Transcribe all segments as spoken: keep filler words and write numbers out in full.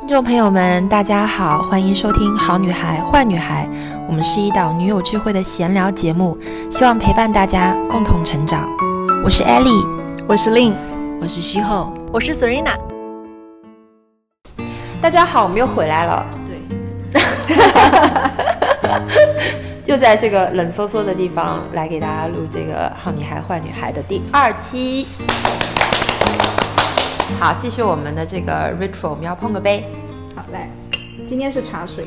听众朋友们大家好，欢迎收听好女孩坏女孩，我们是一档女友聚会的闲聊节目，希望陪伴大家共同成长。我是 Ellie， 我是 Lin， 我是西后， 我是 Serena。 大家好，我们又回来了。 对就在这个冷飕飕的地方来给大家录这个好女孩坏女孩的第二期。好，继续我们的这个 ritual， 我们要碰个杯。 好，来，今天是茶水。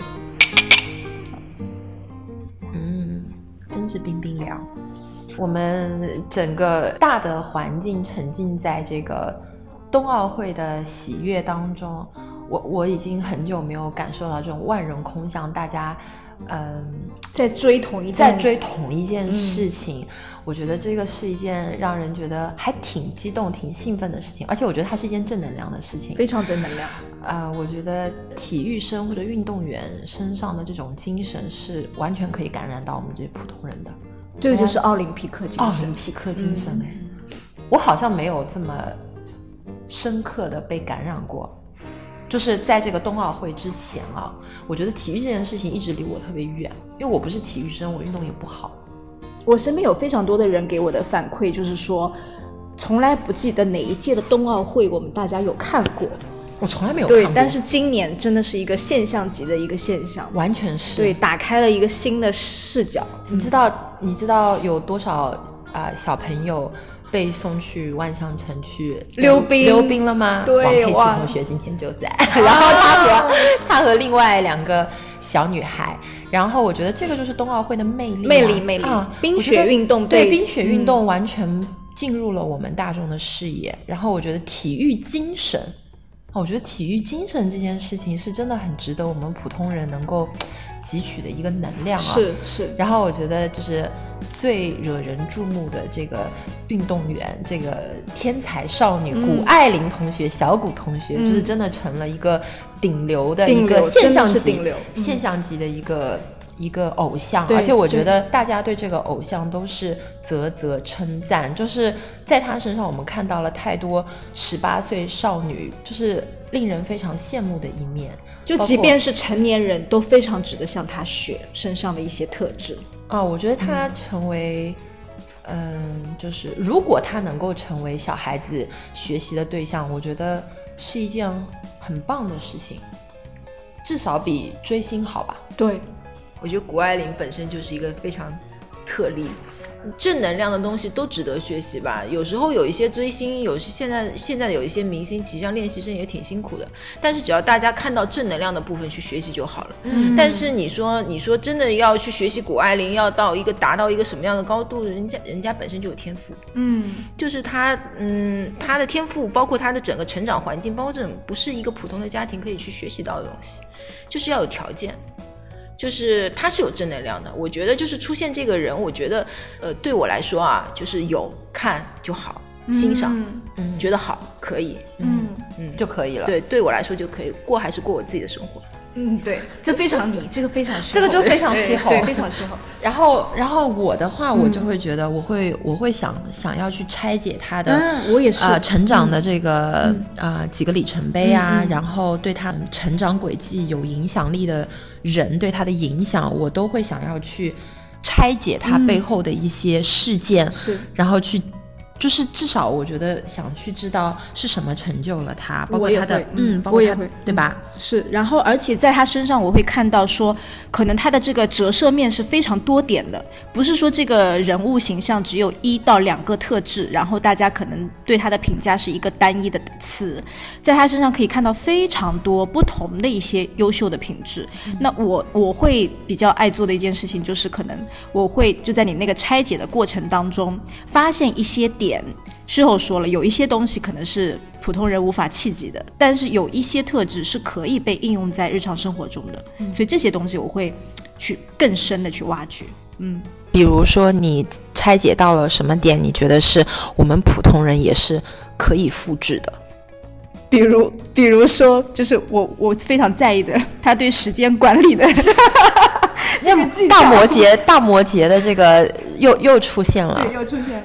嗯，真是冰冰凉。我们整个大的环境沉浸在这个冬奥会的喜悦当中，我我已经很久没有感受到这种万人空巷，大家嗯在追同一件在追同一件事情、嗯、我觉得这个是一件让人觉得还挺激动挺兴奋的事情，而且我觉得它是一件正能量的事情， 非常正能量。 呃，我觉得体育生或者运动员身上的这种精神是完全可以感染到我们这些普通人的， 这个就是奥林匹克精神。 奥林匹克精神、嗯、我好像没有这么深刻的被感染过，就是在这个冬奥会之前啊，我觉得体育这件事情一直离我特别远，因为我不是体育生，我运动也不好。 我身边有非常多的人给我的反馈就是说，从来不记得哪一届的冬奥会我们大家有看过。 我从来没有看过。 对，但是今年真的是一个现象级的一个现象， 完全是。 对，打开了一个新的视角。 你知道，你知道有多少啊、呃、小朋友被送去万象城去溜冰溜冰了吗？ 对， 王佩琦同学今天就在，然后他和他和另外两个小女孩，然后我觉得这个就是冬奥会的魅力、啊， 魅力魅力啊！冰雪运动， 对冰雪运动完全进入了我们大众的视野、嗯、然后我觉得体育精神，我觉得体育精神这件事情是真的很值得我们普通人能够汲取的一个能量啊！ 是是。 然后我觉得就是最惹人注目的这个运动员，这个天才少女、嗯、谷爱凌同学、小谷同学、嗯，就是真的成了一个顶流的一个现象级、 顶流嗯、现象级的一个一个偶像，而且我觉得大家对这个偶像都是啧啧称赞，就是在他身上我们看到了太多十八岁少女，就是令人非常羡慕的一面， 就即便是成年人都非常值得向他学身上的一些特质啊。我觉得他成为嗯, 嗯，就是如果他能够成为小孩子学习的对象，我觉得是一件很棒的事情，至少比追星好吧。 对， 我觉得谷爱凌本身就是一个非常特例，正能量的东西都值得学习吧。有时候有一些追星，有些现在现在有一些明星，其实像练习生也挺辛苦的，但是只要大家看到正能量的部分去学习就好了。嗯，但是你说你说真的要去学习谷爱凌，要到一个达到一个什么样的高度，人家人家本身就有天赋。嗯，就是他嗯他的天赋，包括他的整个成长环境，包括这种不是一个普通的家庭可以去学习到的东西，就是要有条件。就是他是有正能量的，我觉得就是出现这个人，我觉得呃对我来说啊，就是有看就好，欣赏，嗯，觉得好可以， 嗯嗯就可以了。 对，对我来说就可以过，还是过我自己的生活。 嗯，对，这非常你，这个非常适合， 这个就非常适合， 对，非常适合。 然后，然后我的话，我就会觉得，我会，嗯、我会想想要去拆解他的， 嗯、我也是， 呃，成长的这个啊、 嗯呃、几个里程碑啊， 嗯嗯、 然后对他成长轨迹有影响力的人对他的影响，我都会想要去拆解他背后的一些事件， 嗯、是， 然后去。就是至少我觉得想去知道是什么成就了他，包括他的嗯，包括他对吧、 嗯？是，然后而且在他身上我会看到说，可能他的这个折射面是非常多点的，不是说这个人物形象只有一到两个特质，然后大家可能对他的评价是一个单一的词，在他身上可以看到非常多不同的一些优秀的品质。嗯、那我我会比较爱做的一件事情就是，可能我会就在你那个拆解的过程当中，发现一些点。事后说了，有一些东西可能是普通人无法企及的，但是有一些特质是可以被应用在日常生活中的、嗯、所以这些东西我会去更深的去挖掘。嗯， 比如说你拆解到了什么点，你觉得是我们普通人也是可以复制的？ 比如比如说就是我我非常在意的他对时间管理的这个大摩羯大摩羯的这个又又出现了， 对，又出现了。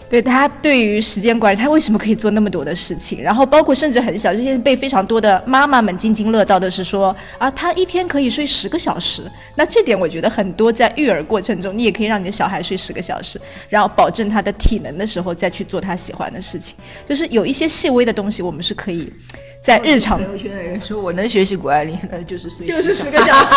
对，他对于时间管理，他为什么可以做那么多的事情？然后包括甚至很小，这些被非常多的妈妈们津津乐道的是说啊，他一天可以睡十个小时。那这点我觉得很多在育儿过程中，你也可以让你的小孩睡十个小时，然后保证他的体能的时候再去做他喜欢的事情。就是有一些细微的东西，我们是可以在日常。 朋友圈的人说我能学习谷爱凌，那就是睡就是十个小时。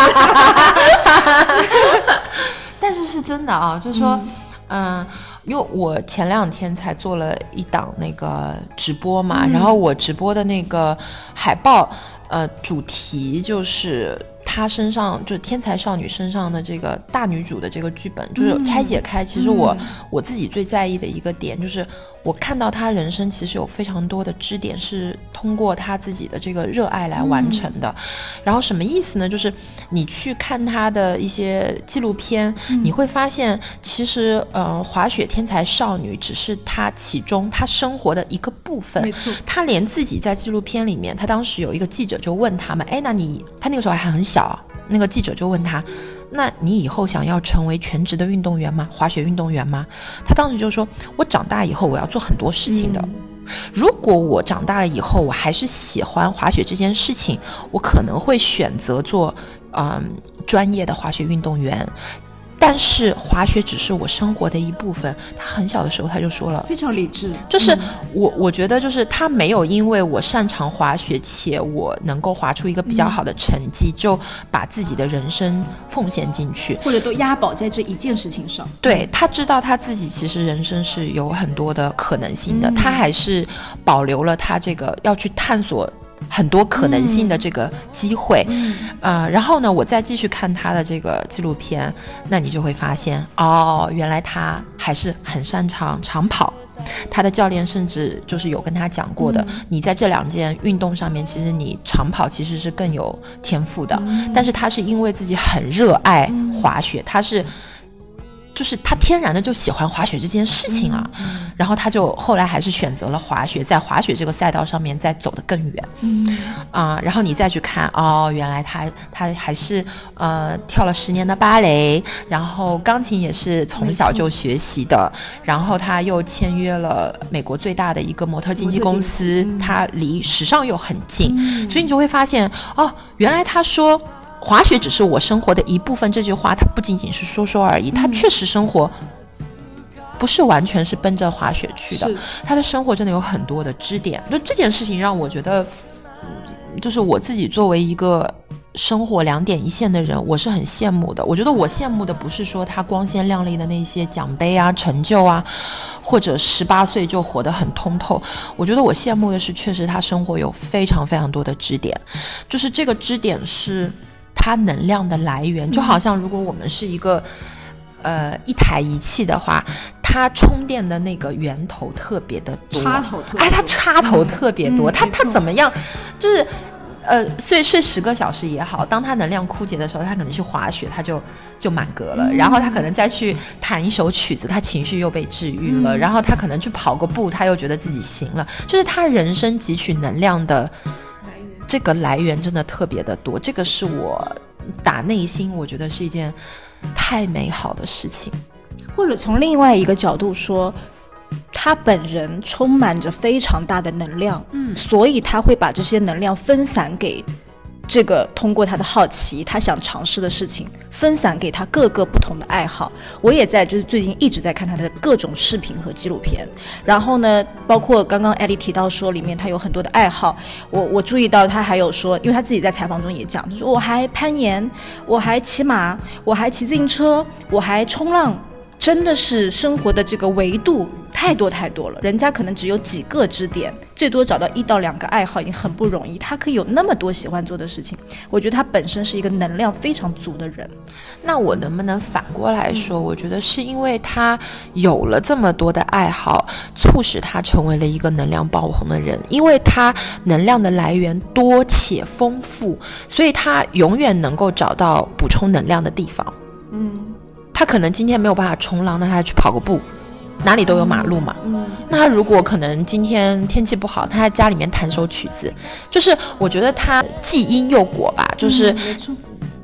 但是是真的啊，就是说，嗯。嗯因为我前两天才做了一档那个直播嘛，嗯、然后我直播的那个海报，呃，主题就是她身上，就是天才少女身上的这个大女主的这个剧本，就是拆解开。其实我、嗯、我自己最在意的一个点就是。我看到他人生其实有非常多的支点是通过他自己的这个热爱来完成的、嗯、然后什么意思呢，就是你去看他的一些纪录片、嗯、你会发现其实呃，滑雪天才少女只是他其中他生活的一个部分。 没错， 他连自己在纪录片里面，他当时有一个记者就问他们，哎，那你他那个时候还很小，那个记者就问他，那你以后想要成为全职的运动员吗？滑雪运动员吗？他当时就说，我长大以后我要做很多事情的、嗯、如果我长大了以后我还是喜欢滑雪这件事情，我可能会选择做嗯专业的滑雪运动员，但是滑雪只是我生活的一部分。他很小的时候他就说了， 非常理智， 就是我、嗯、我觉得就是他没有因为我擅长滑雪且我能够滑出一个比较好的成绩、嗯、就把自己的人生奉献进去， 或者都押宝在这一件事情上。 对，他知道他自己其实人生是有很多的可能性的、嗯、他还是保留了他这个要去探索很多可能性的这个机会、嗯呃、然后呢我再继续看他的这个纪录片，那你就会发现哦，原来他还是很擅长长跑，他的教练甚至就是有跟他讲过的、嗯、你在这两件运动上面其实你长跑其实是更有天赋的、嗯、但是他是因为自己很热爱滑雪、嗯、他是就是他天然的就喜欢滑雪这件事情啊、嗯、然后他就后来还是选择了滑雪，在滑雪这个赛道上面再走得更远。嗯啊、呃，然后你再去看哦，原来他他还是呃跳了十年的芭蕾，然后钢琴也是从小就学习的，然后他又签约了美国最大的一个模特经纪公司，嗯、他离时尚又很近、嗯、所以你就会发现哦，原来他说滑雪只是我生活的一部分，这句话它不仅仅是说说而已，他确实生活不是完全是奔着滑雪去的，他的生活真的有很多的支点。就这件事情让我觉得就是我自己作为一个生活两点一线的人，我是很羡慕的。我觉得我羡慕的不是说他光鲜亮丽的那些奖杯啊成就啊，或者十八岁就活得很通透，我觉得我羡慕的是确实他生活有非常非常多的支点，就是这个支点是它能量的来源。就好像如果我们是一个呃一台仪器的话，它充电的那个源头特别的多， 插头特别多， 哎，它插头特别多，嗯、它它怎么样？就是呃睡睡十个小时也好，当它能量枯竭的时候，它可能去滑雪，它就就满格了、嗯、然后他可能再去弹一首曲子，他情绪又被治愈了、嗯、然后他可能去跑个步，他又觉得自己行了。就是他人生汲取能量的这个来源真的特别的多，这个是我打内心我觉得是一件太美好的事情。 或者从另外一个角度说，他本人充满着非常大的能量，嗯，所以他会把这些能量分散给这个通过他的好奇，他想尝试的事情，分散给他各个不同的爱好。我也在就是最近一直在看他的各种视频和纪录片，然后呢，包括刚刚艾莉提到说里面他有很多的爱好，我我注意到他还有说，因为他自己在采访中也讲，他说我还攀岩，我还骑马，我还骑自行车，我还冲浪。真的是生活的这个维度太多太多了，人家可能只有几个支点，最多找到一到两个爱好已经很不容易，他可以有那么多喜欢做的事情。我觉得他本身是一个能量非常足的人。 那我能不能反过来说、嗯、我觉得是因为他有了这么多的爱好，促使他成为了一个能量爆棚的人，因为他能量的来源多且丰富，所以他永远能够找到补充能量的地方。嗯，他可能今天没有办法冲浪，那他去跑个步，哪里都有马路嘛、嗯、那他如果可能今天天气不好，他在家里面弹首曲子，就是我觉得他既因又果吧，就是、嗯、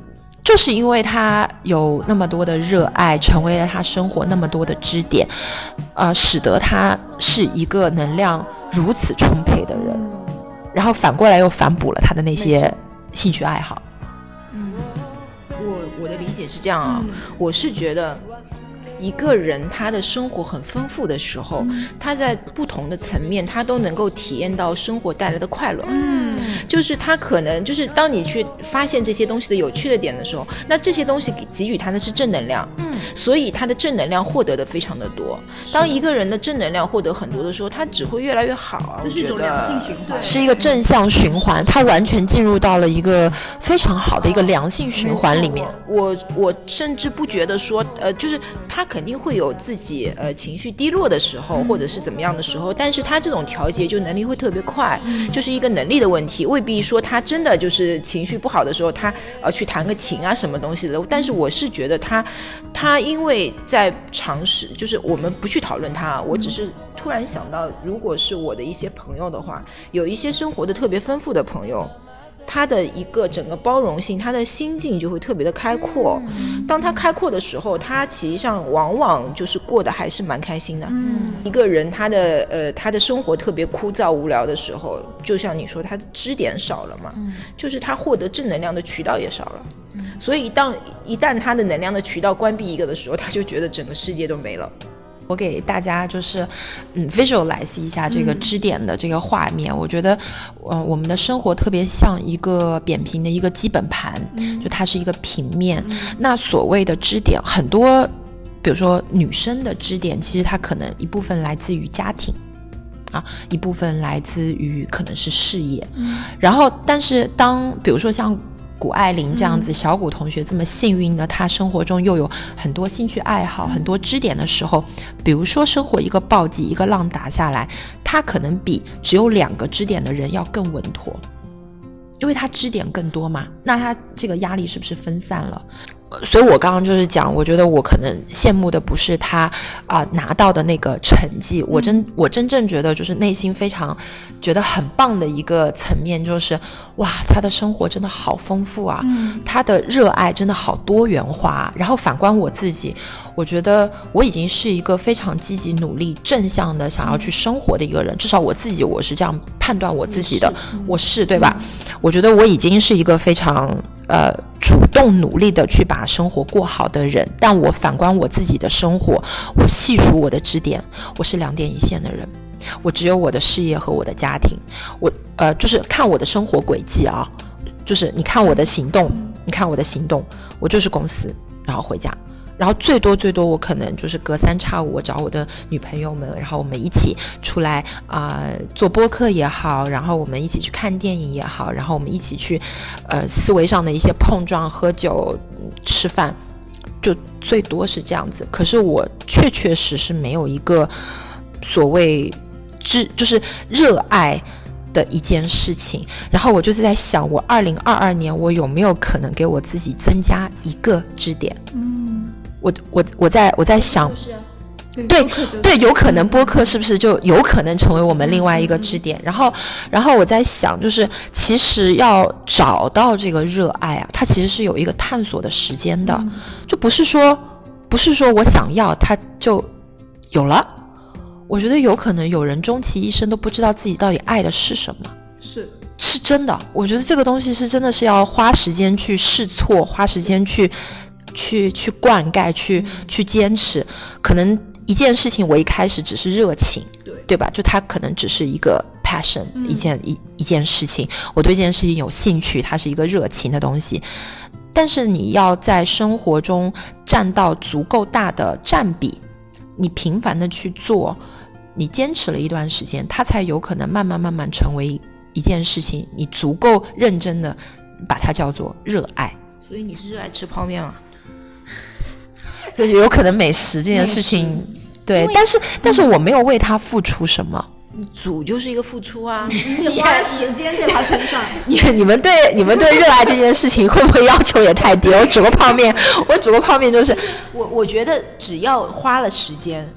就是因为他有那么多的热爱，成为了他生活那么多的支点，呃，使得他是一个能量如此充沛的人，然后反过来又反哺了他的那些兴趣爱好。 嗯，我我的理解是这样啊，嗯、我是觉得。一个人他的生活很丰富的时候、嗯、他在不同的层面他都能够体验到生活带来的快乐。嗯，就是他可能就是当你去发现这些东西的有趣的点的时候，那这些东西给予他的是正能量。嗯，所以他的正能量获得的非常的多。当一个人的正能量获得很多的时候，他只会越来越好。 这是一种良性循环， 是一个正向循环，他完全进入到了一个非常好的一个良性循环里面。 我我甚至不觉得说呃就是他肯定会有自己呃情绪低落的时候，或者是怎么样的时候，但是他这种调节就能力会特别快，就是一个能力的问题，未必说他真的就是情绪不好的时候他呃去弹个琴啊什么东西的。但是我是觉得他他因为在尝试，就是我们不去讨论他，我只是突然想到，如果是我的一些朋友的话，有一些生活的特别丰富的朋友，他的一个整个包容性，他的心境就会特别的开阔。当他开阔的时候，他其实上往往就是过得还是蛮开心的。嗯，一个人他的呃他的生活特别枯燥无聊的时候，就像你说他的支点少了嘛，嗯、就是他获得正能量的渠道也少了。嗯、所以当一旦他的能量的渠道关闭一个的时候，他就觉得整个世界都没了。 我给大家就是嗯 visualize 一下这个支点的这个画面、嗯、我觉得呃我们的生活特别像一个扁平的一个基本盘、嗯、就它是一个平面、嗯、那所谓的支点很多，比如说女生的支点其实它可能一部分来自于家庭啊，一部分来自于可能是事业、嗯、然后但是当比如说像谷爱凌这样子、嗯、小谷同学这么幸运的，她生活中又有很多兴趣爱好、嗯、很多支点的时候，比如说生活一个暴击一个浪打下来，她可能比只有两个支点的人要更稳妥，因为她支点更多嘛，那她这个压力是不是分散了？所以我刚刚就是讲，我觉得我可能羡慕的不是他啊、呃、拿到的那个成绩，我真我真正觉得就是内心非常觉得很棒的一个层面，就是哇，他的生活真的好丰富啊，嗯、他的热爱真的好多元化、啊。然后反观我自己，我觉得我已经是一个非常积极努力正向的想要去生活的一个人，至少我自己我是这样判断我自己的，是我是对吧、嗯、我觉得我已经是一个非常呃主动努力的去把生活过好的人，但我反观我自己的生活，我细数我的支点，我是两点一线的人，我只有我的事业和我的家庭，我呃就是看我的生活轨迹啊，就是你看我的行动，你看我的行动，我就是公司，然后回家，然后最多最多我可能就是隔三差五我找我的女朋友们，然后我们一起出来啊、呃、做播客也好，然后我们一起去看电影也好，然后我们一起去呃思维上的一些碰撞，喝酒吃饭，就最多是这样子。可是我确确实实没有一个所谓知就是热爱的一件事情，然后我就是在想，我二零二二年我有没有可能给我自己增加一个支点？嗯，我我我在我在想，对对，有可能播客是不是就有可能成为我们另外一个支点？然后然后我在想，就是其实要找到这个热爱啊，它其实是有一个探索的时间的，就不是说不是说我想要它就有了。我觉得有可能有人终其一生都不知道自己到底爱的是什么， 是是真的。我觉得这个东西是真的是要花时间去试错，花时间去去去灌溉，去去坚持。可能一件事情我一开始只是热情，对对吧？就它可能只是一个 passion，、嗯、一件一一件事情，我对这件事情有兴趣，它是一个热情的东西。但是你要在生活中占到足够大的占比，你频繁的去做，你坚持了一段时间，它才有可能慢慢慢慢成为一件事情，你足够认真的把它叫做热爱。 所以你是热爱吃泡面吗？ 就是有可能美食这件事情，对，但是但是我没有为它付出什么。 煮就是一个付出啊， 你花了时间在他身上。 你你们对你们对热爱这件事情会不会要求也太低？我煮个泡面，我煮个泡面就是， 我我觉得只要花了时间，嗯，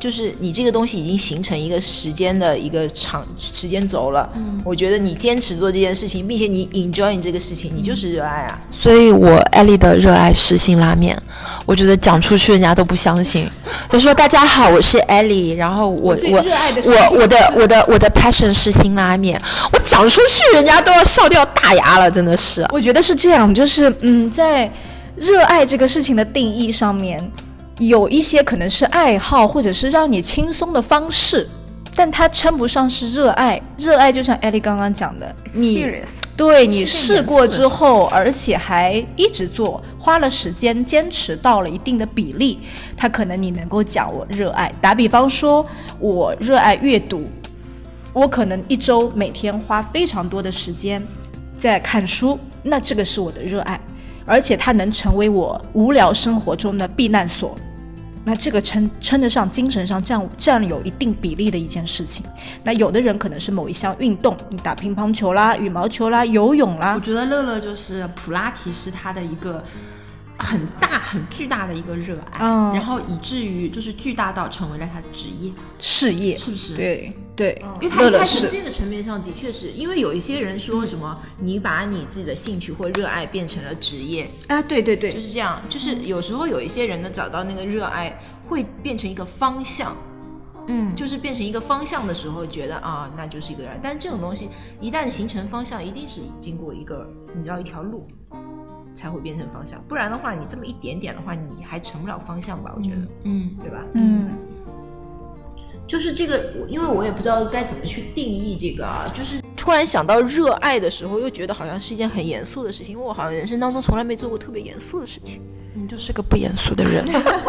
就是你这个东西已经形成一个时间的一个长时间轴了。嗯，我觉得你坚持做这件事情，并且你 enjoy 这个事情，你就是热爱啊。 所以我艾莉的热爱是辛拉面，我觉得讲出去人家都不相信。我说大家好，我是艾莉，然后我我我我的我的我的 passion 是辛拉面，我讲出去人家都要笑掉大牙了，真的是。 我觉得是这样，就是嗯，在热爱这个事情的定义上面，有一些可能是爱好，或者是让你轻松的方式，但它称不上是热爱。热爱就像艾莉刚刚讲的，你对你试过之后，而且还一直做，花了时间坚持到了一定的比例，它可能你能够讲我热爱。打比方说，我热爱阅读，我可能一周每天花非常多的时间在看书，那这个是我的热爱，而且它能成为我无聊生活中的避难所。那这个称称得上精神上占占有一定比例的一件事情。那有的人可能是某一项运动，你打乒乓球啦、羽毛球啦、游泳啦。 我觉得乐乐就是普拉提是他的一个很大很巨大的一个热爱，嗯，然后以至于就是巨大到成为了他的职业事业， 是不是？ 对对， 嗯，因为他在从这个层面上的确是，因为有一些人说什么，嗯，你把你自己的兴趣或热爱变成了职业啊，对对对， 就是这样。就是有时候有一些人呢，找到那个热爱会变成一个方向，嗯，就是变成一个方向的时候，觉得啊，那就是一个热爱。但是这种东西一旦形成方向，一定是经过一个你知道一条路才会变成方向，不然的话，你这么一点点的话，你还成不了方向吧？我觉得，嗯，对吧？ 嗯。 就是这个，因为我也不知道该怎么去定义这个啊。就是突然想到热爱的时候，又觉得好像是一件很严肃的事情，因为我好像人生当中从来没做过特别严肃的事情。 你就是个不严肃的人。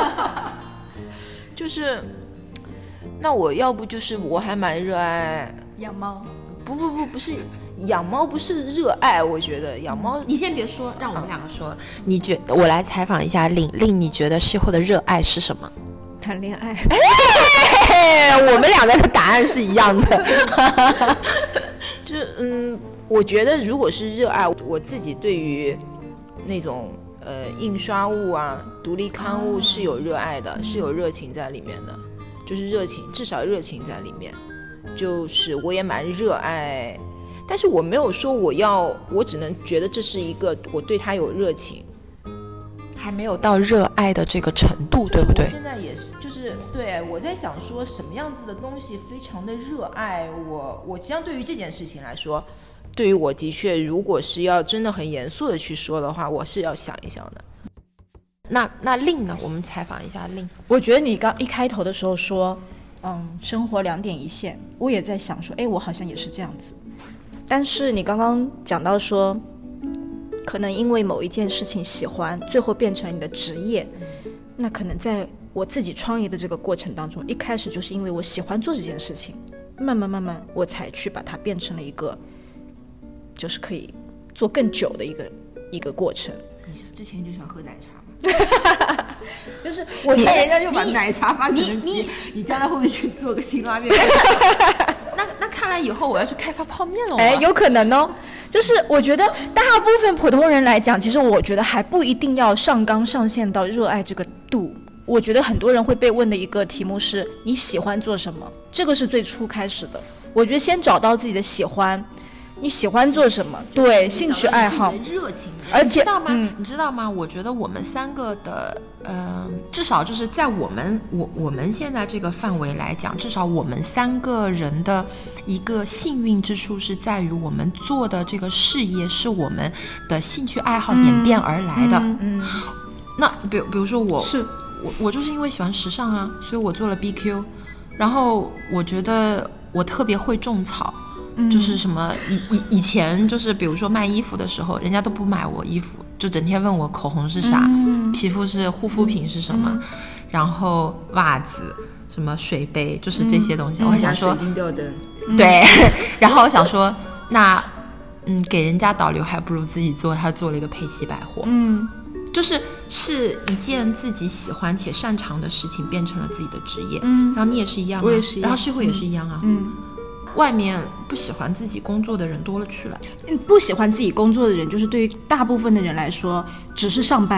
就是，那我要不就是我还蛮热爱养猫。 不不不，不是养猫，不是热爱。我觉得养猫， 你先别说，让我们两个说。你觉得我来采访一下令令，你觉得邂逅的热爱是什么？ 谈恋爱。 哎，我们两个的答案是一样的。 就是嗯，我觉得如果是热爱，我自己对于那种呃印刷物啊、独立刊物是有热爱的，是有热情在里面的，就是热情，至少热情在里面。就是我也蛮热爱，但是我没有说我要，我只能觉得这是一个我对它有热情。 还没有到热爱的这个程度，对不对？ 我现在也是，就是对我在想说什么样子的东西非常的热爱我。我相对于这件事情来说，对于我的确，如果是要真的很严肃的去说的话，我是要想一想的。 那那令呢？我们采访一下令。 我觉得你刚一开头的时候说，嗯，生活两点一线，我也在想说，哎，我好像也是这样子。但是你刚刚讲到说，可能因为某一件事情喜欢，最后变成了你的职业，那可能在我自己创业的这个过程当中，一开始就是因为我喜欢做这件事情，慢慢慢慢我才去把它变成了一个就是可以做更久的一个一个过程。 你是之前就喜欢喝奶茶吗？ 就是我看人家就把奶茶发成鸡，你你将来会不会去做个辛拉面？ 那那看来以后我要去开发泡面了。 哎，有可能哦。就是我觉得大部分普通人来讲，其实我觉得还不一定要上纲上线到热爱这个度。我觉得很多人会被问的一个题目是你喜欢做什么，这个是最初开始的。我觉得先找到自己的喜欢，你喜欢做什么？对，兴趣爱好， 热情。 而且你知道吗？ 嗯、 你知道吗？我觉得我们三个的，嗯、呃，至少就是在我们我我们现在这个范围来讲，至少我们三个人的一个幸运之处是在于我们做的这个事业是我们的兴趣爱好演变而来的。 嗯，嗯嗯那比如比如说我是我我就是因为喜欢时尚啊，所以我做了 B Q， 然后我觉得我特别会种草。就是什么以以以前就是比如说卖衣服的时候，人家都不买我衣服，就整天问我口红是啥，嗯、皮肤是护肤品是什么，嗯、然后袜子什么水杯，就是这些东西。嗯、我想说， 水晶吊灯， 对，嗯、然后我想说，那嗯，给人家导流还不如自己做。他做了一个佩奇百货， 嗯， 就是是一件自己喜欢且擅长的事情变成了自己的职业。 嗯， 然后你也是一样啊， 我也是一样， 然后师傅也是一样啊， 嗯。嗯外面不喜欢自己工作的人多了去了。 不喜欢自己工作的人，就是对于大部分的人来说，只是上班，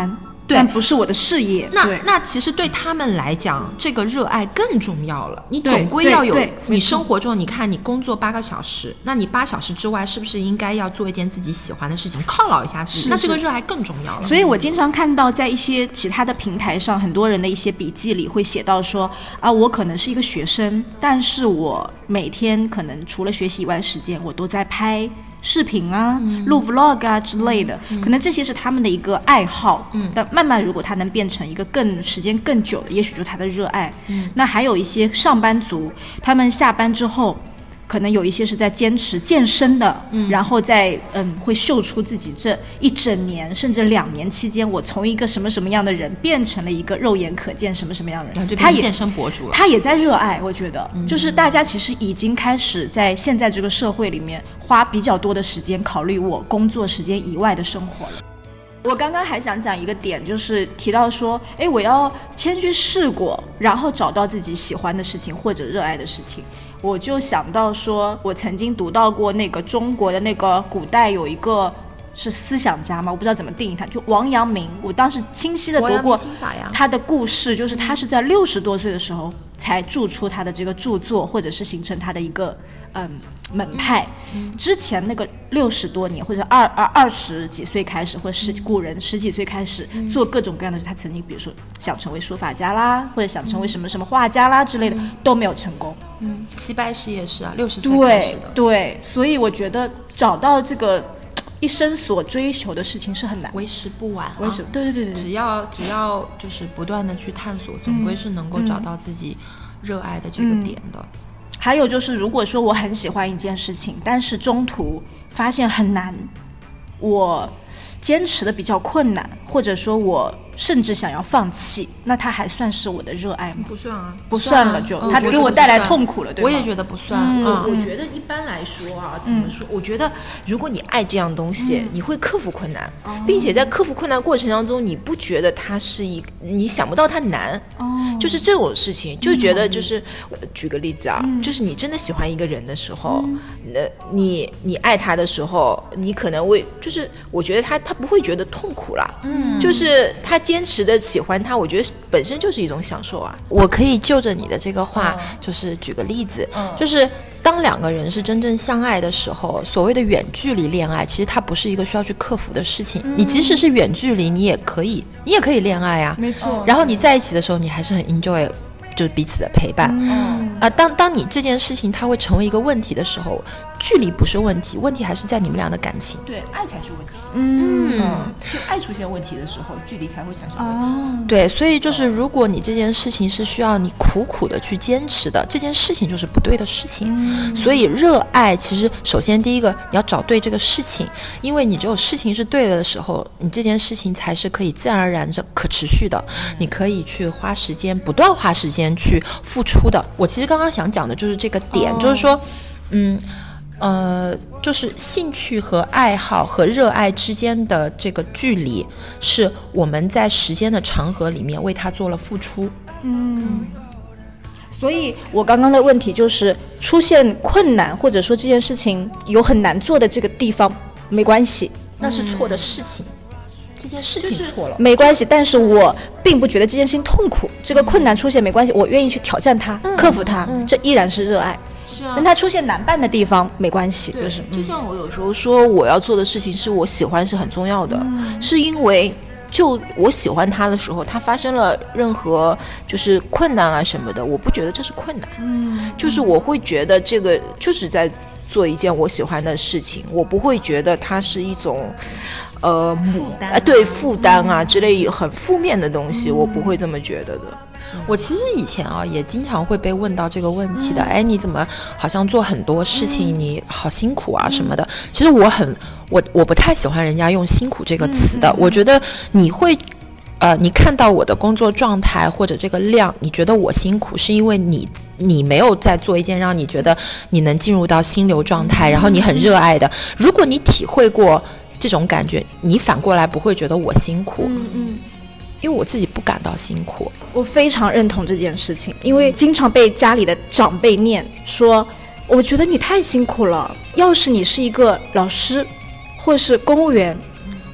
对， 但不是我的事业。 那对那其实对他们来讲，这个热爱更重要了。你总归要有，你生活中，你看你工作八个小时，那你八小时之外，是不是应该要做一件自己喜欢的事情，犒劳一下自己？那这个热爱更重要了。 所以我经常看到在一些其他的平台上，很多人的一些笔记里会写到说啊，我可能是一个学生，但是我每天可能除了学习以外的时间，我都在拍视频啊、嗯、录 vlog 啊之类的、嗯、可能这些是他们的一个爱好、嗯、但慢慢如果他能变成一个更时间更久的，也许就是他的热爱、嗯、那还有一些上班族，他们下班之后可能有一些是在坚持健身的、嗯、然后在嗯会秀出自己这一整年甚至两年期间，我从一个什么什么样的人变成了一个肉眼可见什么什么样的人， 他也健身博主了， 他也在热爱。我觉得、嗯、就是大家其实已经开始在现在这个社会里面花比较多的时间考虑我工作时间以外的生活了。我刚刚还想讲一个点，就是提到说，哎，我要先去试过，然后找到自己喜欢的事情或者热爱的事情。我就想到说，我曾经读到过那个中国的那个古代有一个是思想家嘛，我不知道怎么定义他，就王阳明。我当时清晰的读过他的故事，就是他是在六十多岁的时候才著出他的这个著作，或者是形成他的一个嗯门派。之前那个六十多年或者二二二十几岁开始，或者十古人十几岁开始做各种各样的事，他曾经比如说想成为书法家啦，或者想成为什么什么画家啦之类的，都没有成功。 嗯，齐白石也是啊，六十岁开始的。 对对，所以我觉得找到这个一生所追求的事情是很难， 为时不晚、啊。 为时对对对对， 只要只要就是不断的去探索，总归是能够找到自己热爱的这个点的。嗯嗯、 还有就是，如果说我很喜欢一件事情，但是中途发现很难，我坚持的比较困难，或者说我甚至想要放弃，那它还算是我的热爱吗？ 不算啊， 不算了就，就、嗯、它给我带来痛苦了，对吧？ 我也觉得不算。 嗯嗯、 我觉得一般来说啊，怎么说？嗯、我觉得如果你爱这样东西，嗯、你会克服困难，哦、并且在克服困难过程当中，你不觉得它是一，你想不到它难。哦，就是这种事情，就觉得就是，嗯、举个例子啊，嗯、就是你真的喜欢一个人的时候，嗯、你你爱他的时候，你可能会就是我觉得他他不会觉得痛苦啦，嗯，就是他坚持的喜欢他，我觉得本身就是一种享受啊。 我可以就着你的这个话，嗯、就是举个例子，嗯、就是当两个人是真正相爱的时候，所谓的远距离恋爱，其实它不是一个需要去克服的事情。嗯、你即使是远距离，你也可以，你也可以恋爱啊， 没错。 然后你在一起的时候，你还是很 enjoy。就是彼此的陪伴，嗯呃、当当你这件事情它会成为一个问题的时候，距离不是问题，问题还是在你们俩的感情。 对，爱才是问题。 嗯， 嗯就爱出现问题的时候，距离才会产生问题。 哦、 对，所以就是如果你这件事情是需要你苦苦的去坚持的，这件事情就是不对的事情。嗯、所以热爱其实首先第一个你要找对这个事情，因为你只有事情是对的的时候，你这件事情才是可以自然而然的可持续的，嗯、你可以去花时间，不断花时间去付出的。我其实刚刚想讲的就是这个点，哦、就是说嗯呃，就是兴趣和爱好和热爱之间的这个距离，是我们在时间的长河里面为它做了付出。 嗯，所以我刚刚的问题就是出现困难，或者说这件事情有很难做的这个地方没关系， 那是错的事情。嗯这件事情错了、就是、 没关系，但是我并不觉得这件事情痛苦，这个困难出现没关系，我愿意去挑战它、嗯、克服它、嗯、这依然是热爱。 是啊， 但它出现难办的地方没关系，就是、 就像我有时候说我要做的事情是我喜欢是很重要的、嗯、是因为就我喜欢它的时候，它发生了任何就是困难啊什么的，我不觉得这是困难。嗯，就是我会觉得这个就是在做一件我喜欢的事情，我不会觉得它是一种呃负担、 啊、对负担啊、嗯、之类很负面的东西、嗯、我不会这么觉得的。 我其实以前啊也经常会被问到这个问题的，哎、嗯，你怎么好像做很多事情、嗯、你好辛苦啊什么的。其实我很我我不太喜欢人家用辛苦这个词的、嗯、我觉得你会呃，你看到我的工作状态或者这个量，你觉得我辛苦是因为你你没有在做一件让你觉得你能进入到心流状态、嗯、然后你很热爱的。如果你体会过这种感觉，你反过来不会觉得我辛苦。 嗯嗯， 因为我自己不感到辛苦。 我非常认同这件事情，因为经常被家里的长辈念说，我觉得你太辛苦了，要是你是一个老师或是公务员，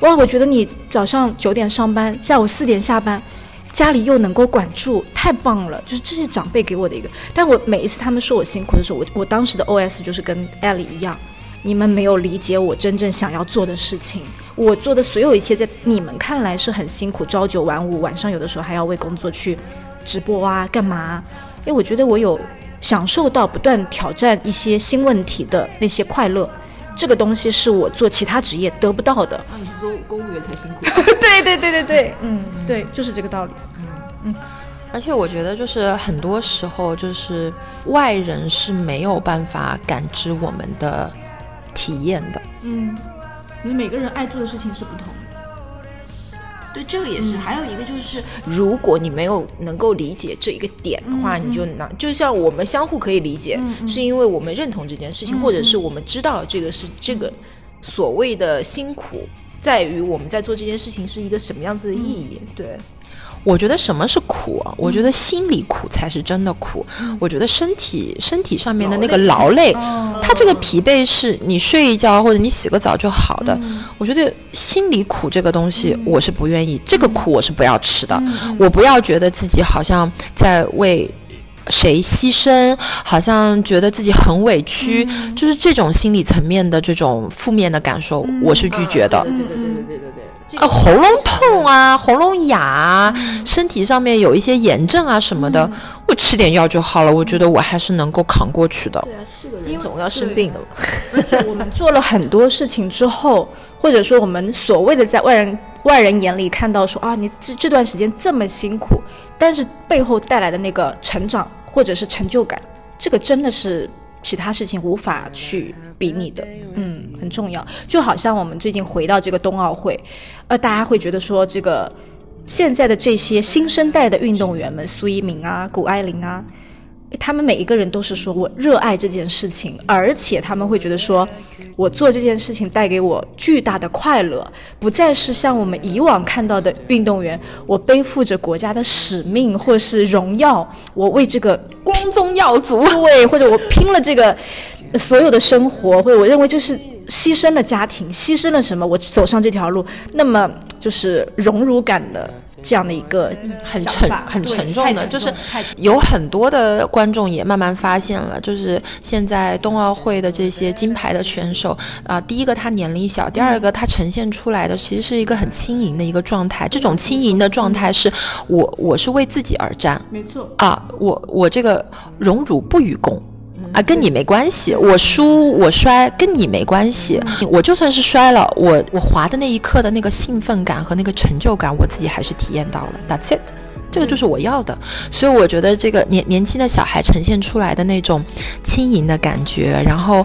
哇，我觉得你早上九点上班，下午四点下班，家里又能够管住，太棒了。就是这是长辈给我的一个，但我每一次他们说我辛苦的时候，我我当时的 O S 就是跟 Ellie 一样，你们没有理解我真正想要做的事情，我做的所有一切在你们看来是很辛苦，朝九晚五，晚上有的时候还要为工作去直播啊干嘛，因为我觉得我有享受到不断挑战一些新问题的那些快乐，这个东西是我做其他职业得不到的。 啊，你是做公务员才辛苦？ 对对对对对，嗯，对，就是这个道理。嗯嗯， 而且我觉得就是很多时候就是外人是没有办法感知我们的体验的。 嗯，因为每个人爱做的事情是不同的。 对，这个也是、嗯、还有一个就是如果你没有能够理解这一个点的话、嗯、你就拿就像我们相互可以理解、嗯、是因为我们认同这件事情、嗯、或者是我们知道这个是这个所谓的辛苦在于我们在做这件事情是一个什么样子的意义、嗯、对。 我觉得什么是苦啊？我觉得心理苦才是真的苦。嗯、我觉得身体身体上面的那个劳累，哦、它这个疲惫是你睡一觉或者你洗个澡就好的。嗯、我觉得心理苦这个东西，我是不愿意，嗯、这个苦我是不要吃的。嗯、我不要觉得自己好像在为谁牺牲，好像觉得自己很委屈，嗯、就是这种心理层面的这种负面的感受，嗯、我是拒绝的。 对对对对对对对对。 呃，喉咙痛啊，喉咙哑啊、嗯，身体上面有一些炎症啊什么的、嗯，我吃点药就好了。我觉得我还是能够扛过去的。 对啊，是个人总要生病的嘛。 而且我们做了很多事情之后，或者说我们所谓的在外人外人眼里看到说啊，你这这段时间这么辛苦，但是背后带来的那个成长或者是成就感，这个真的是其他事情无法去比拟的。嗯，很重要。就好像我们最近回到这个冬奥会，呃，大家会觉得说这个现在的这些新生代的运动员们，苏一鸣啊、谷爱凌啊，他们每一个人都是说我热爱这件事情，而且他们会觉得说我做这件事情带给我巨大的快乐，不再是像我们以往看到的运动员，我背负着国家的使命或是荣耀，我为这个光宗耀祖， 对，或者我拼了这个所有的生活，或者我认为这是牺牲了家庭，牺牲了什么，我走上这条路，那么就是荣辱感的这样的一个很沉很沉重的，就是有很多的观众也慢慢发现了，就是现在冬奥会的这些金牌的选手啊、呃，第一个他年龄小，第二个他呈现出来的其实是一个很轻盈的一个状态，这种轻盈的状态是我我是为自己而战， 没错啊，我我这个荣辱不与共。啊，跟你没关系，我输我摔跟你没关系，我就算是摔了，我我滑的那一刻的那个兴奋感和那个成就感，我自己还是体验到了 ，That's it， 这个就是我要的。所以我觉得这个年年轻的小孩呈现出来的那种轻盈的感觉，然后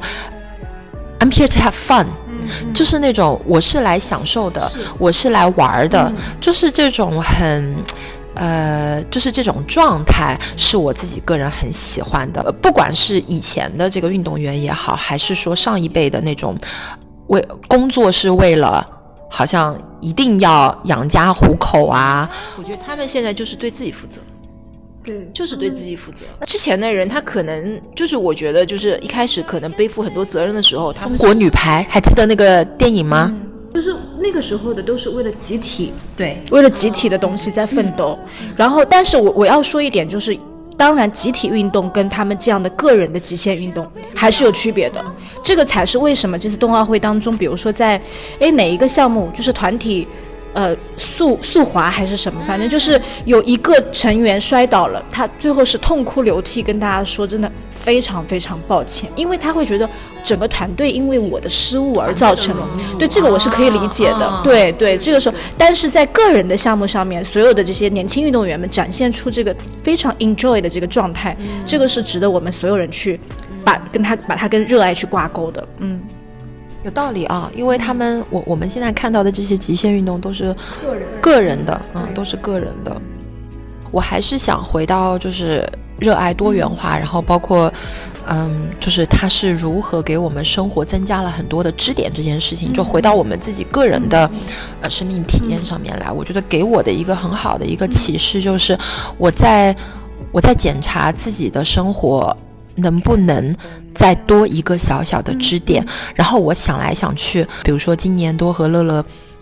I'm here to have fun，嗯、就是那种我是来享受的，我是来玩的，嗯、就是这种很。呃，就是这种状态是我自己个人很喜欢的，不管是以前的这个运动员也好，还是说上一辈的那种为工作是为了好像一定要养家糊口啊， 我觉得他们现在就是对自己负责， 对， 就是对自己负责。那之前的人他可能就是我觉得就是一开始可能背负很多责任的时候， 中国女排还记得那个电影吗？ 嗯，就是那个时候的都是为了集体， 对， 为了集体的东西在奋斗。嗯、然后，但是我我要说一点，就是当然集体运动跟他们这样的个人的极限运动还是有区别的。这个才是为什么这次冬奥会当中，比如说在诶哪一个项目，就是团体。呃，速速滑还是什么，反正就是有一个成员摔倒了，他最后是痛哭流涕跟大家说，真的非常非常抱歉，因为他会觉得整个团队因为我的失误而造成了，对这个我是可以理解的，啊、对对，这个时候，但是在个人的项目上面，所有的这些年轻运动员们展现出这个非常 enjoy 的这个状态，嗯、这个是值得我们所有人去把跟他把他跟热爱去挂钩的，嗯。 有道理啊，因为他们我我们现在看到的这些极限运动都是个人个人的，嗯，都是个人的。我还是想回到就是热爱多元化，然后包括嗯，就是它是如何给我们生活增加了很多的支点这件事情，就回到我们自己个人的呃生命体验上面来。我觉得给我的一个很好的一个启示就是我在我在检查自己的生活能不能再多一个小小的支点，然后我想来想去，比如说今年多和乐乐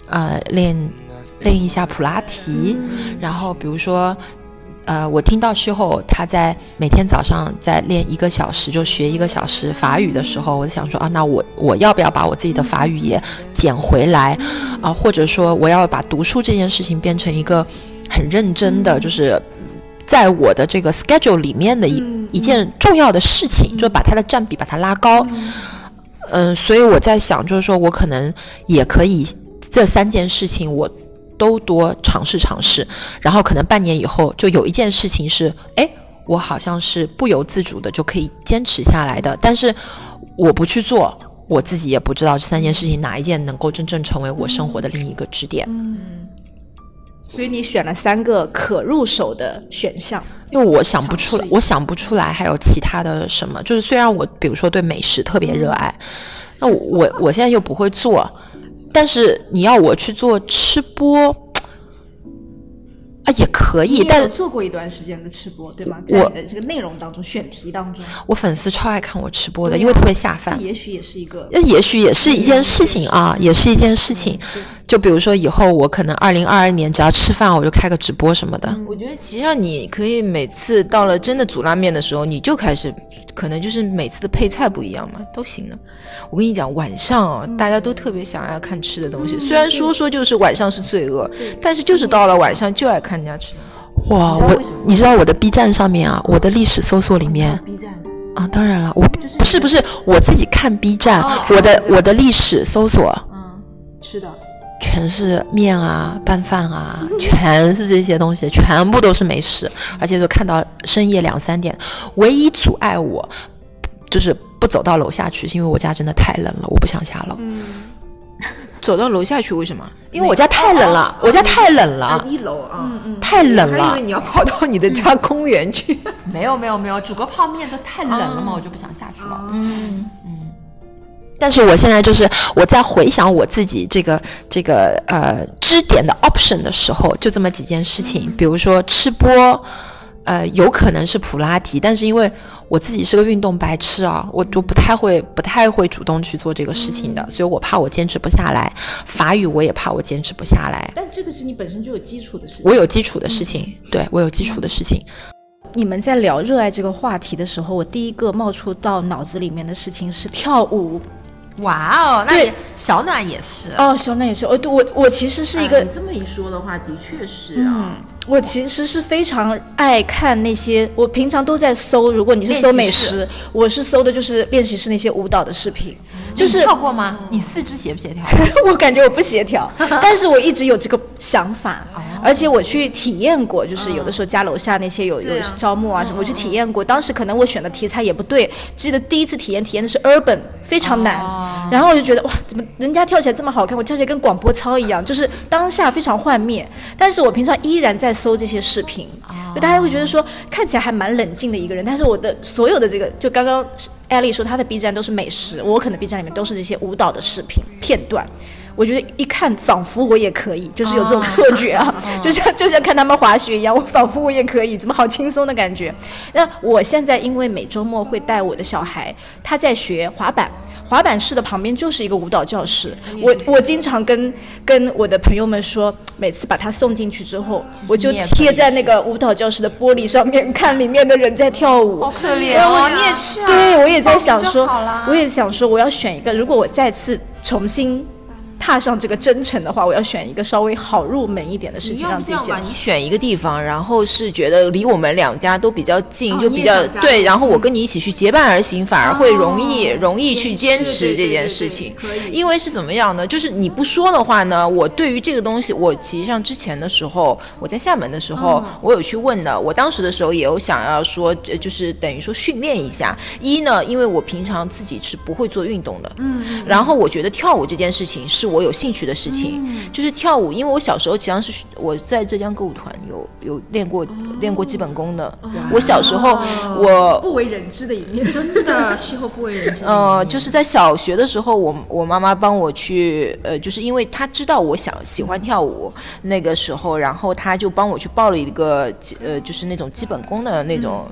呃练练一下普拉提，嗯、然后比如说。呃，我听到之后，他在每天早上在练一个小时，就学一个小时法语的时候，我就想说啊，那我我要不要把我自己的法语也捡回来啊？或者说，我要把读书这件事情变成一个很认真的，就是在我的这个 schedule 里面的一一件重要的事情，就把它的占比把它拉高。嗯，所以我在想，就是说我可能也可以这三件事情我。都多尝试尝试，然后可能半年以后就有一件事情是，哎，我好像是不由自主的就可以坚持下来的，但是我不去做，我自己也不知道这三件事情哪一件能够真正成为我生活的另一个支点。 嗯，所以你选了三个可入手的选项， 因为我想不出来，我想不出来还有其他的什么。就是虽然我比如说对美食特别热爱，那我我现在又不会做。但是你要我去做吃播啊，也可以。但你有做过一段时间的吃播，对吗？在你的这个内容当中、选题当中， 我粉丝超爱看我吃播的，因为特别下饭。 也许也是一个， 也许也是一件事情啊，也是一件事情。就比如说以后我可能二零二二年只要吃饭，我就开个直播什么的。 我觉得其实上你可以每次到了真的煮拉面的时候，你就开始。可能就是每次的配菜不一样嘛，都行的。我跟你讲，晚上啊，大家都特别想要看吃的东西。虽然说说就是晚上是罪恶，但是就是到了晚上就爱看人家吃。 哇，我你知道我的 B 站上面啊，我的历史搜索里面 B 站啊，当然了，我不是不是我自己看 B 站，我的我的历史搜索， 嗯，吃的。 全是面啊拌饭啊，全是这些东西，全部都是美食，而且就看到深夜两三点。唯一阻碍我就是不走到楼下去，是因为我家真的太冷了，我不想下楼。 嗯， 走到楼下去为什么？ 因为我家太冷了，我家太冷了。 啊、一楼啊， 嗯嗯， 太冷了。 还以为你要跑到你的家公园去。 没有没有没有，煮个泡面都太冷了嘛，我就不想下去了。 嗯嗯。但是我现在就是我在回想我自己这个这个呃支点的 option 的时候，就这么几件事情，比如说吃播，呃，有可能是普拉提，但是因为我自己是个运动白痴啊，我就不太会不太会主动去做这个事情的，所以我怕我坚持不下来。法语我也怕我坚持不下来。 但这个是你本身就有基础的事情。 我有基础的事情，嗯、对我有基础的事情。 你们在聊热爱这个话题的时候，我第一个冒出到脑子里面的事情是跳舞。 哇哦，那小暖也是哦，小暖也是哦。对，我我其实是一个、 哎、你这么一说的话，的确是啊。 嗯，我其实是非常爱看那些，我平常都在搜。如果你是搜美食，我是搜的就是练习室那些舞蹈的视频。就是你跳过吗？你四肢协不协调？ 我感觉我不协调，但是我一直有这个想法。哦，而且我去体验过，就是有的时候家楼下那些有、嗯、有招募啊什么，我去体验过。当时可能我选的题材也不对，记得第一次体验体验的是 urban， 非常难。哦，然后我就觉得哇，怎么人家跳起来这么好看，我跳起来跟广播操一样，就是当下非常幻灭。但是我平常依然在搜这些视频，就大家会觉得说看起来还蛮冷静的一个人，但是我的所有的这个，就刚刚艾丽说她的 B 站都是美食，我可能 B 站里面都是这些舞蹈的视频片段。我觉得一看仿佛我也可以，就是有这种错觉啊，哦、就像就像看他们滑雪一样，我仿佛我也可以，怎么好轻松的感觉。那我现在因为每周末会带我的小孩，他在学滑板，滑板室的旁边就是一个舞蹈教室。我我经常跟跟我的朋友们说，每次把他送进去之后，我就贴在那个舞蹈教室的玻璃上面，看里面的人在跳舞。 好可怜哦，你也去啊？ 对，我也在想说，我也想说，我要选一个，如果我再次重新踏上这个征程的话，我要选一个稍微好入门一点的事情让自己坚持。 你选一个地方，然后是觉得离我们两家都比较近， 哦、 就比较对，然后我跟你一起去结伴而行，反而会容易、哦、容易去坚持这件事情。 对对对对， 因为是怎么样呢？就是你不说的话呢，我对于这个东西，我其实上之前的时候，我在厦门的时候，哦、我有去问的。我当时的时候也有想要说，就是等于说训练一下。一呢，因为我平常自己是不会做运动的，嗯，然后我觉得跳舞这件事情是我有兴趣的事情。嗯，就是跳舞，因为我小时候实际上是我在浙江歌舞团有有练过、哦、练过基本功的。哦、我小时候、哦、我不为人知的一面， 真的事后不为人知的一面。 呃，就是在小学的时候，我我妈妈帮我去，呃，就是因为她知道我想喜欢跳舞，那个时候，然后她就帮我去报了一个呃，就是那种基本功的那种。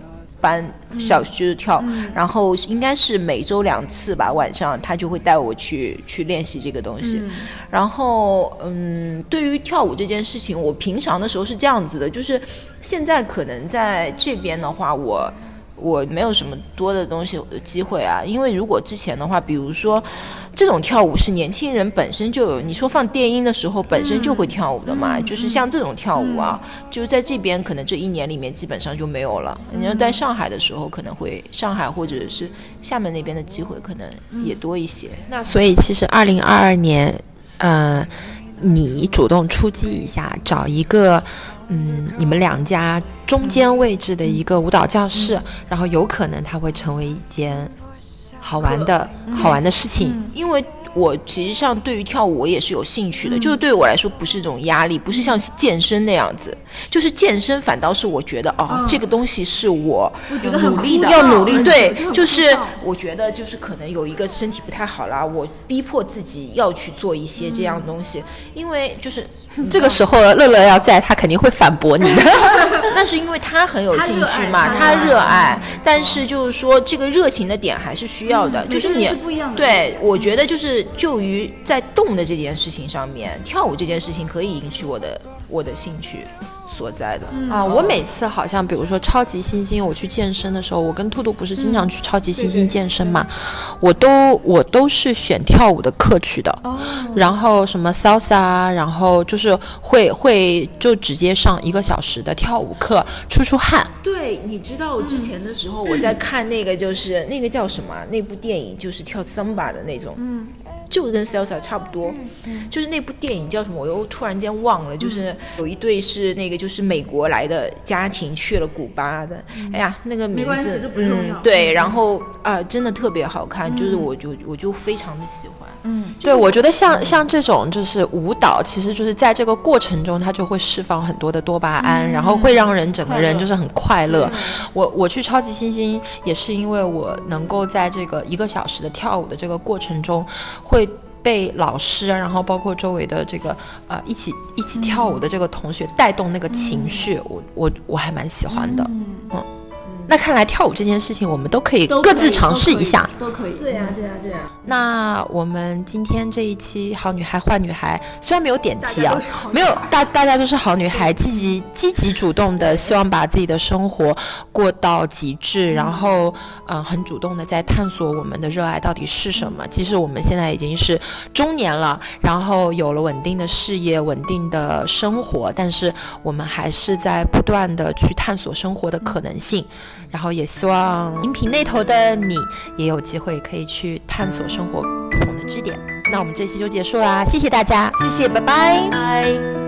班，小就是跳， 嗯、 然后应该是每周两次吧，晚上他就会带我去去练习这个东西。 嗯、 然后嗯，对于跳舞这件事情，我平常的时候是这样子的，就是现在可能在这边的话，我。我没有什么多的东西机会啊，因为如果之前的话，比如说这种跳舞是年轻人本身就有，你说放电音的时候本身就会跳舞的嘛，嗯、就是像这种跳舞啊，嗯、就是在这边可能这一年里面基本上就没有了。你要在上海的时候可能会，上海或者是厦门那边的机会可能也多一些。 嗯、那所以其实二零二二年，呃，你主动出击一下，找一个。嗯，你们两家中间位置的一个舞蹈教室，嗯、然后有可能它会成为一件好玩的、嗯、好玩的事情， 嗯、因为我其实上对于跳舞我也是有兴趣的，嗯、就是对我来说不是这种压力，不是像健身那样子，就是健身反倒是我觉得哦，嗯、这个东西是我我觉得很努力的， 要努力，对，就是我觉得就是可能有一个身体不太好啦，我逼迫自己要去做一些这样的东西，嗯、因为就是。 这个时候乐乐要在，他肯定会反驳你的。 那是因为他很有兴趣嘛，他热爱，但是就是说这个热情的点还是需要的， 嗯、 就是你是不一样的。 对，我觉得就是就于在动的这件事情上面，跳舞这件事情可以引起我的我的兴趣所在的。 嗯、啊，我每次好像比如说超级星星，我去健身的时候，我跟兔兔不是经常去超级星星健身嘛，嗯、我都我都是选跳舞的课去的，哦、然后什么 salsa， 然后就是会会就直接上一个小时的跳舞课，出出汗。 对，你知道我之前的时候，我在看那个就是、嗯、那个叫什么那部电影，就是跳 samba 的那种，嗯，就跟 salsa 差不多，嗯、就是那部电影叫什么，我又突然间忘了，嗯、就是有一对是那个就是美国来的家庭去了古巴的，嗯、哎呀，那个名字，嗯，对，然后啊、呃，真的特别好看，嗯、就是我就我就非常的喜欢， 嗯，对，我觉得像、嗯、像这种就是舞蹈，其实就是在这个过程中，它就会释放很多的多巴胺，嗯、然后会让人整个人就是很快乐。嗯、我我去超级星星也是因为我能够在这个一个小时的跳舞的这个过程中，会被老师，然后包括周围的这个呃一起一起跳舞的这个同学带动那个情绪，嗯、我我我还蛮喜欢的，嗯。嗯那看来跳舞这件事情，我们都可以各自尝试一下， 都可以。 对呀，对呀，对呀。 那我们今天这一期《好女孩坏女孩》虽然没有点题啊，没有大大家都是好女孩，积极积极主动的，希望把自己的生活过到极致，然后嗯、呃，很主动的在探索我们的热爱到底是什么。即使我们现在已经是中年了，然后有了稳定的事业、稳定的生活，但是我们还是在不断的去探索生活的可能性。然后也希望音频那头的你也有机会可以去探索生活不同的支点。那我们这期就结束啦，谢谢大家， 谢谢，拜拜。 拜。